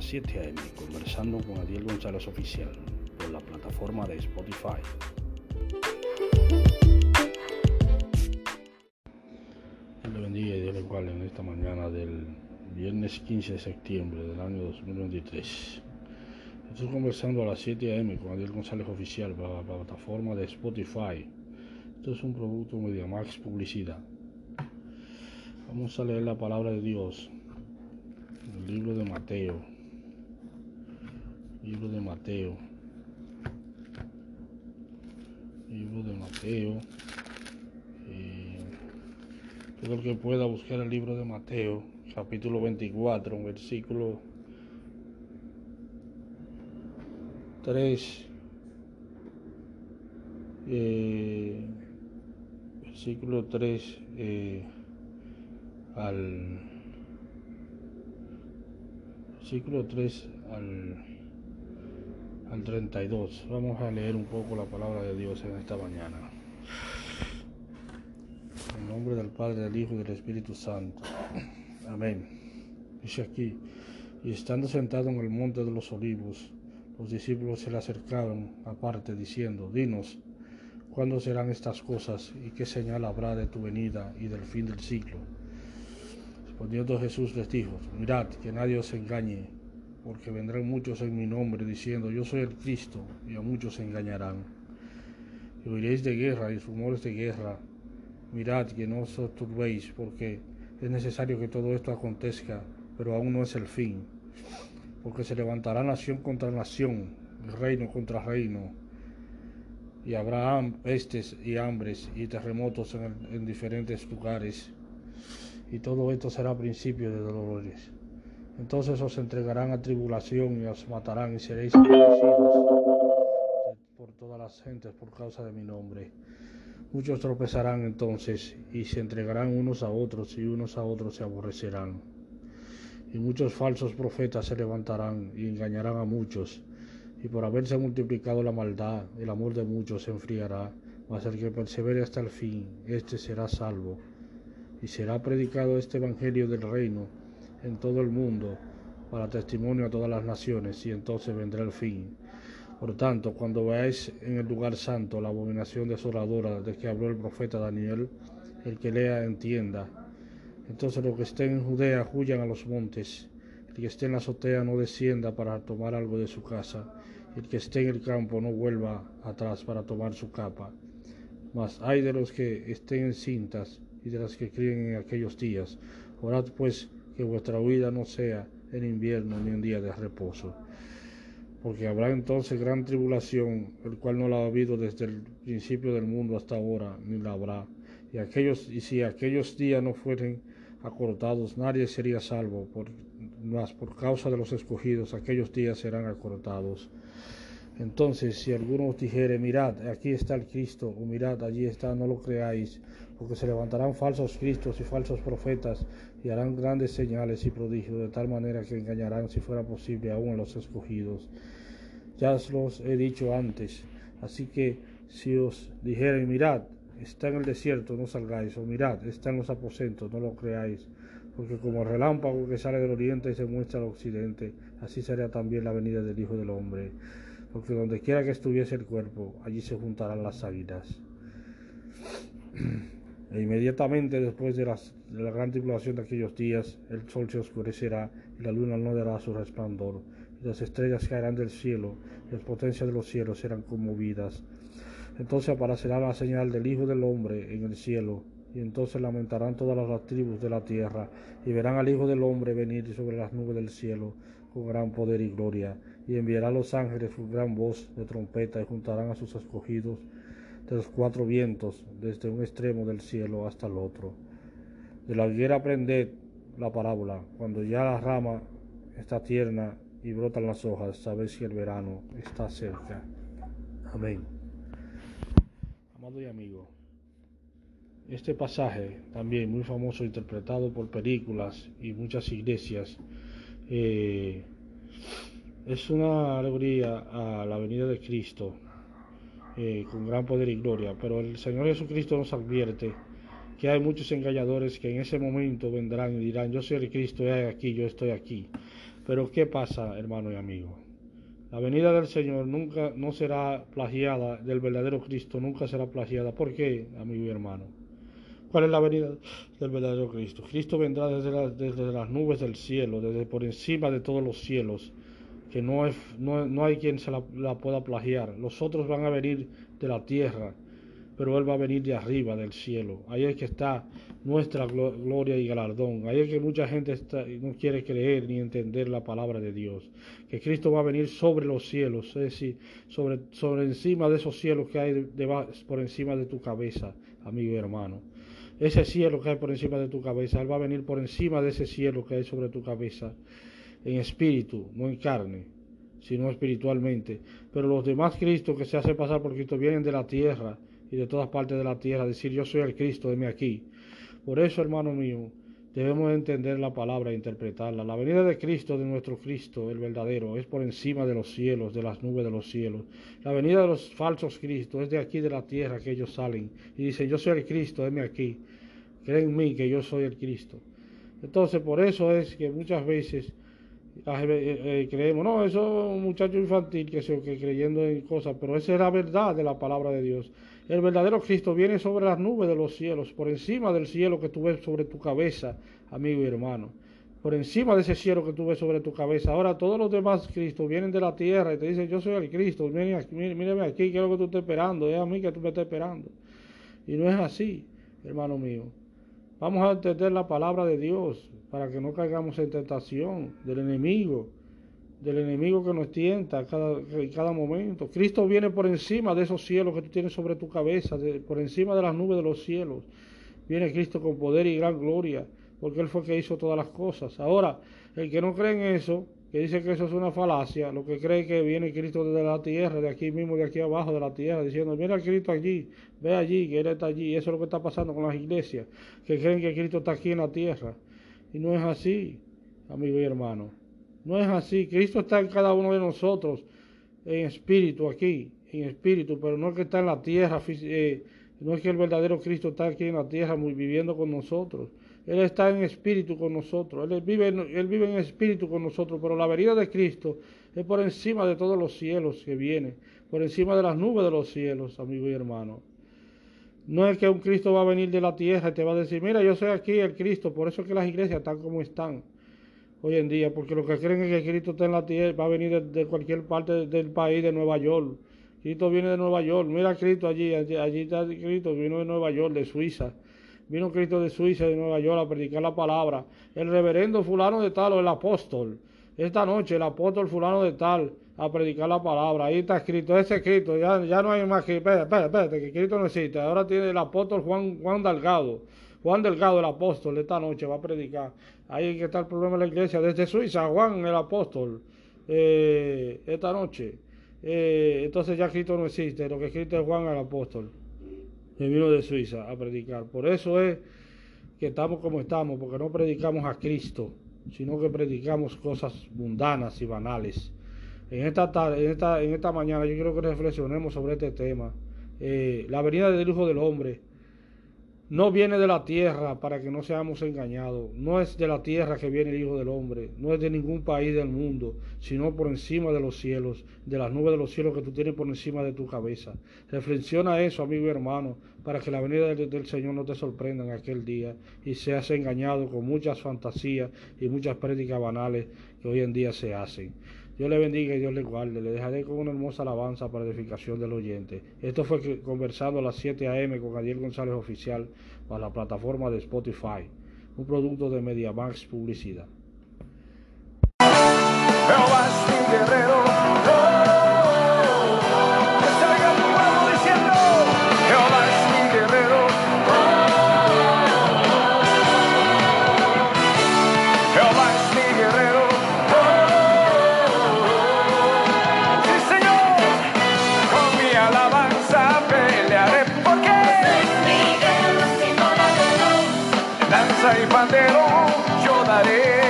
7 a.m. conversando con Adiel González Oficial por la plataforma de Spotify. Dios le bendiga y Dios le guarde en esta mañana del viernes 15 de septiembre del año 2023. Estoy conversando a las 7 a.m. con Adiel González Oficial por la plataforma de Spotify. Esto es un producto MediaMax Publicidad. Vamos a leer la palabra de Dios. El libro de Mateo. Todo el que pueda buscar el libro de Mateo, capítulo 24, versículo 3. Versículo 3 al 32. Vamos a leer un poco la palabra de Dios en esta mañana. En nombre del Padre, del Hijo y del Espíritu Santo. Amén. Dice aquí: y estando sentado en el monte de los olivos, los discípulos se le acercaron aparte diciendo: dinos, ¿cuándo serán estas cosas y qué señal habrá de tu venida y del fin del siglo? Respondiendo Jesús les dijo: mirad que nadie os engañe, porque vendrán muchos en mi nombre diciendo: yo soy el Cristo, y a muchos se engañarán. Y oiréis de guerra y rumores de guerra. Mirad que no os turbéis, porque es necesario que todo esto acontezca, pero aún no es el fin. Porque se levantará nación contra nación, reino contra reino, y habrá pestes y hambres y terremotos en diferentes lugares. Y todo esto será principio de dolores. Entonces os entregarán a tribulación y os matarán y seréis aborrecidos por todas las gentes por causa de mi nombre. Muchos tropezarán entonces y se entregarán unos a otros y unos a otros se aborrecerán. Y muchos falsos profetas se levantarán y engañarán a muchos. Y por haberse multiplicado la maldad, el amor de muchos se enfriará. Mas el que persevere hasta el fin, éste será salvo. Y será predicado este evangelio del reino en todo el mundo para testimonio a todas las naciones, y entonces vendrá el fin. Por tanto, cuando veáis en el lugar santo la abominación desoladora de que habló el profeta Daniel, el que lea entienda. Entonces los que estén en Judea huyan a los montes, el que esté en la azotea no descienda para tomar algo de su casa, el que esté en el campo no vuelva atrás para tomar su capa. Mas ay de los que estén en cintas y de las que críen en aquellos días. Orad pues que vuestra huida no sea en invierno ni en día de reposo. Porque habrá entonces gran tribulación, el cual no la ha habido desde el principio del mundo hasta ahora, ni la habrá. Y si aquellos días no fueren acortados, nadie sería salvo, mas por causa de los escogidos, aquellos días serán acortados. Entonces, si alguno os dijere: mirad, aquí está el Cristo, o mirad, allí está, no lo creáis, porque se levantarán falsos cristos y falsos profetas, y harán grandes señales y prodigios, de tal manera que engañarán, si fuera posible, aún a los escogidos. Ya os los he dicho antes. Así que, si os dijeren: mirad, está en el desierto, no salgáis, o mirad, está en los aposentos, no lo creáis, porque como el relámpago que sale del oriente y se muestra al occidente, así será también la venida del Hijo del Hombre. Porque donde quiera que estuviese el cuerpo, allí se juntarán las águilas. E inmediatamente después de la gran tribulación de aquellos días, el sol se oscurecerá y la luna no dará su resplandor, y las estrellas caerán del cielo, y las potencias de los cielos serán conmovidas. Entonces aparecerá la señal del Hijo del Hombre en el cielo, y entonces lamentarán todas las tribus de la tierra, y verán al Hijo del Hombre venir sobre las nubes del cielo con gran poder y gloria, y enviará a los ángeles con gran voz de trompeta, y juntarán a sus escogidos de los cuatro vientos, desde un extremo del cielo hasta el otro. De la higuera aprended la parábola: cuando ya la rama está tierna y brotan las hojas, sabéis que el verano está cerca. Amén. Amado y amigo, este pasaje, también muy famoso, interpretado por películas y muchas iglesias, es una alegoría a la venida de Cristo, con gran poder y gloria. Pero el Señor Jesucristo nos advierte que hay muchos engañadores que en ese momento vendrán y dirán: yo soy el Cristo, he aquí, yo estoy aquí. Pero ¿qué pasa, hermano y amigo? La venida del Señor nunca no será plagiada, del verdadero Cristo nunca será plagiada. ¿Por qué, amigo y hermano? ¿Cuál es la venida del verdadero Cristo? Cristo vendrá desde las nubes del cielo, desde por encima de todos los cielos, que no hay quien la pueda plagiar. Los otros van a venir de la tierra, pero Él va a venir de arriba, del cielo. Ahí es que está nuestra gloria y galardón. Ahí es que mucha gente no quiere creer ni entender la palabra de Dios. Que Cristo va a venir sobre los cielos, es decir, sobre encima de esos cielos que hay por encima de tu cabeza, amigo y hermano. Ese cielo que hay por encima de tu cabeza, Él va a venir por encima de ese cielo que hay sobre tu cabeza, en espíritu, no en carne, sino espiritualmente. Pero los demás Cristos que se hacen pasar por Cristo vienen de la tierra y de todas partes de la tierra, decir yo soy el Cristo, heme aquí. Por eso, hermano mío, debemos entender la palabra e interpretarla. La venida de Cristo, de nuestro Cristo, el verdadero, es por encima de los cielos, de las nubes de los cielos. La venida de los falsos Cristos es de aquí de la tierra que ellos salen y dicen yo soy el Cristo, heme aquí. Creen en mí que yo soy el Cristo. Entonces, por eso es que muchas veces creemos, no, eso es un muchacho infantil que creyendo en cosas, pero esa es la verdad de la palabra de Dios. El verdadero Cristo viene sobre las nubes de los cielos, por encima del cielo que tú ves sobre tu cabeza, amigo y hermano. Por encima de ese cielo que tú ves sobre tu cabeza. Ahora todos los demás Cristos vienen de la tierra y te dicen, yo soy el Cristo, mírame aquí, ¿qué es lo que tú estás esperando? Es a mí que tú me estás esperando. Y no es así, hermano mío. Vamos a entender la palabra de Dios para que no caigamos en tentación del enemigo que nos tienta cada momento. Cristo viene por encima de esos cielos que tú tienes sobre tu cabeza, por encima de las nubes de los cielos. Viene Cristo con poder y gran gloria, porque Él fue el que hizo todas las cosas. Ahora, el que no cree en eso, que dice que eso es una falacia, lo que cree que viene Cristo desde la tierra, de aquí mismo, de aquí abajo de la tierra, diciendo, mira a Cristo allí, ve allí, que Él está allí. Eso es lo que está pasando con las iglesias, que creen que Cristo está aquí en la tierra. Y no es así, amigo y hermano. No es así. Cristo está en cada uno de nosotros, en espíritu aquí, en espíritu, pero no es que está en la tierra, no es que el verdadero Cristo está aquí en la tierra viviendo con nosotros. Él está en espíritu con nosotros, Él vive en espíritu con nosotros, pero la venida de Cristo es por encima de todos los cielos que viene, por encima de las nubes de los cielos, amigo y hermano. No es que un Cristo va a venir de la tierra y te va a decir, mira, yo soy aquí el Cristo, por eso es que las iglesias están como están hoy en día, porque los que creen que Cristo está en la tierra, va a venir de cualquier parte del país, de Nueva York. Cristo viene de Nueva York, mira a Cristo allí está Cristo, vino de Nueva York, de Suiza. Vino Cristo de Suiza, de Nueva York, a predicar la palabra. El reverendo fulano de tal o el apóstol. Esta noche el apóstol fulano de tal a predicar la palabra. Ahí está escrito, ese Cristo, ya no hay más que... Espérate, que Cristo no existe. Ahora tiene el apóstol Juan Delgado. Juan Delgado, el apóstol, esta noche va a predicar. Ahí que está el problema de la iglesia. Desde Suiza, Juan el apóstol, esta noche. Entonces ya Cristo no existe. Lo que existe es Juan el apóstol, que vino de Suiza a predicar. Por eso es que estamos como estamos, porque no predicamos a Cristo, sino que predicamos cosas mundanas y banales. En esta mañana yo quiero que reflexionemos sobre este tema. La venida del Hijo del Hombre no viene de la tierra, para que no seamos engañados. No es de la tierra que viene el Hijo del Hombre. No es de ningún país del mundo, sino por encima de los cielos, de las nubes de los cielos que tú tienes por encima de tu cabeza. Reflexiona eso, amigo y hermano, para que la venida del Señor no te sorprenda en aquel día y seas engañado con muchas fantasías y muchas prédicas banales que hoy en día se hacen. Dios le bendiga y Dios le guarde. Le dejaré con una hermosa alabanza para edificación del oyente. Esto fue Conversando a las 7 a.m. con Adiel González Oficial para la plataforma de Spotify, un producto de MediaMax Publicidad. Jehová es mi guerrero. Que salga tu pueblo diciendo: Jehová es mi guerrero. Jehová es mi guerrero. Sí, Señor. Con mi alabanza pelearé. Porque es mi guerra, si no la tengo. Lanza y pandero yo daré.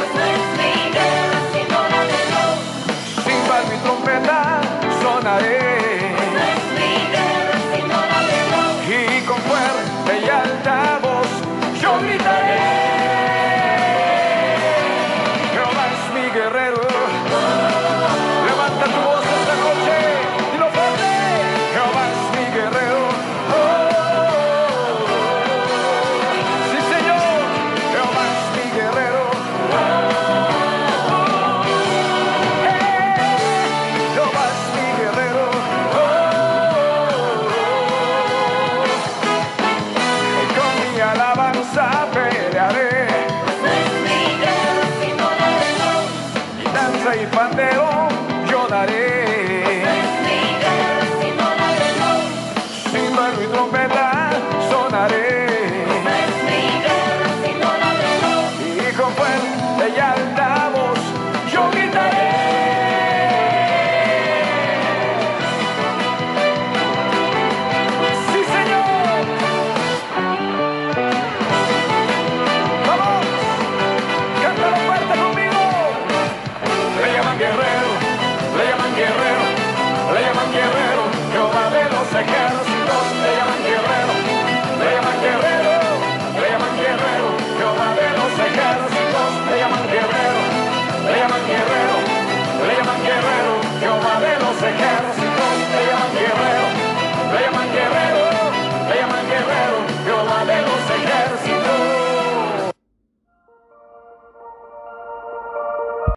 Mi trompeta sonaré, y con fuerte y alta voz yo gritaré. Jehová es mi guerrero. alabanza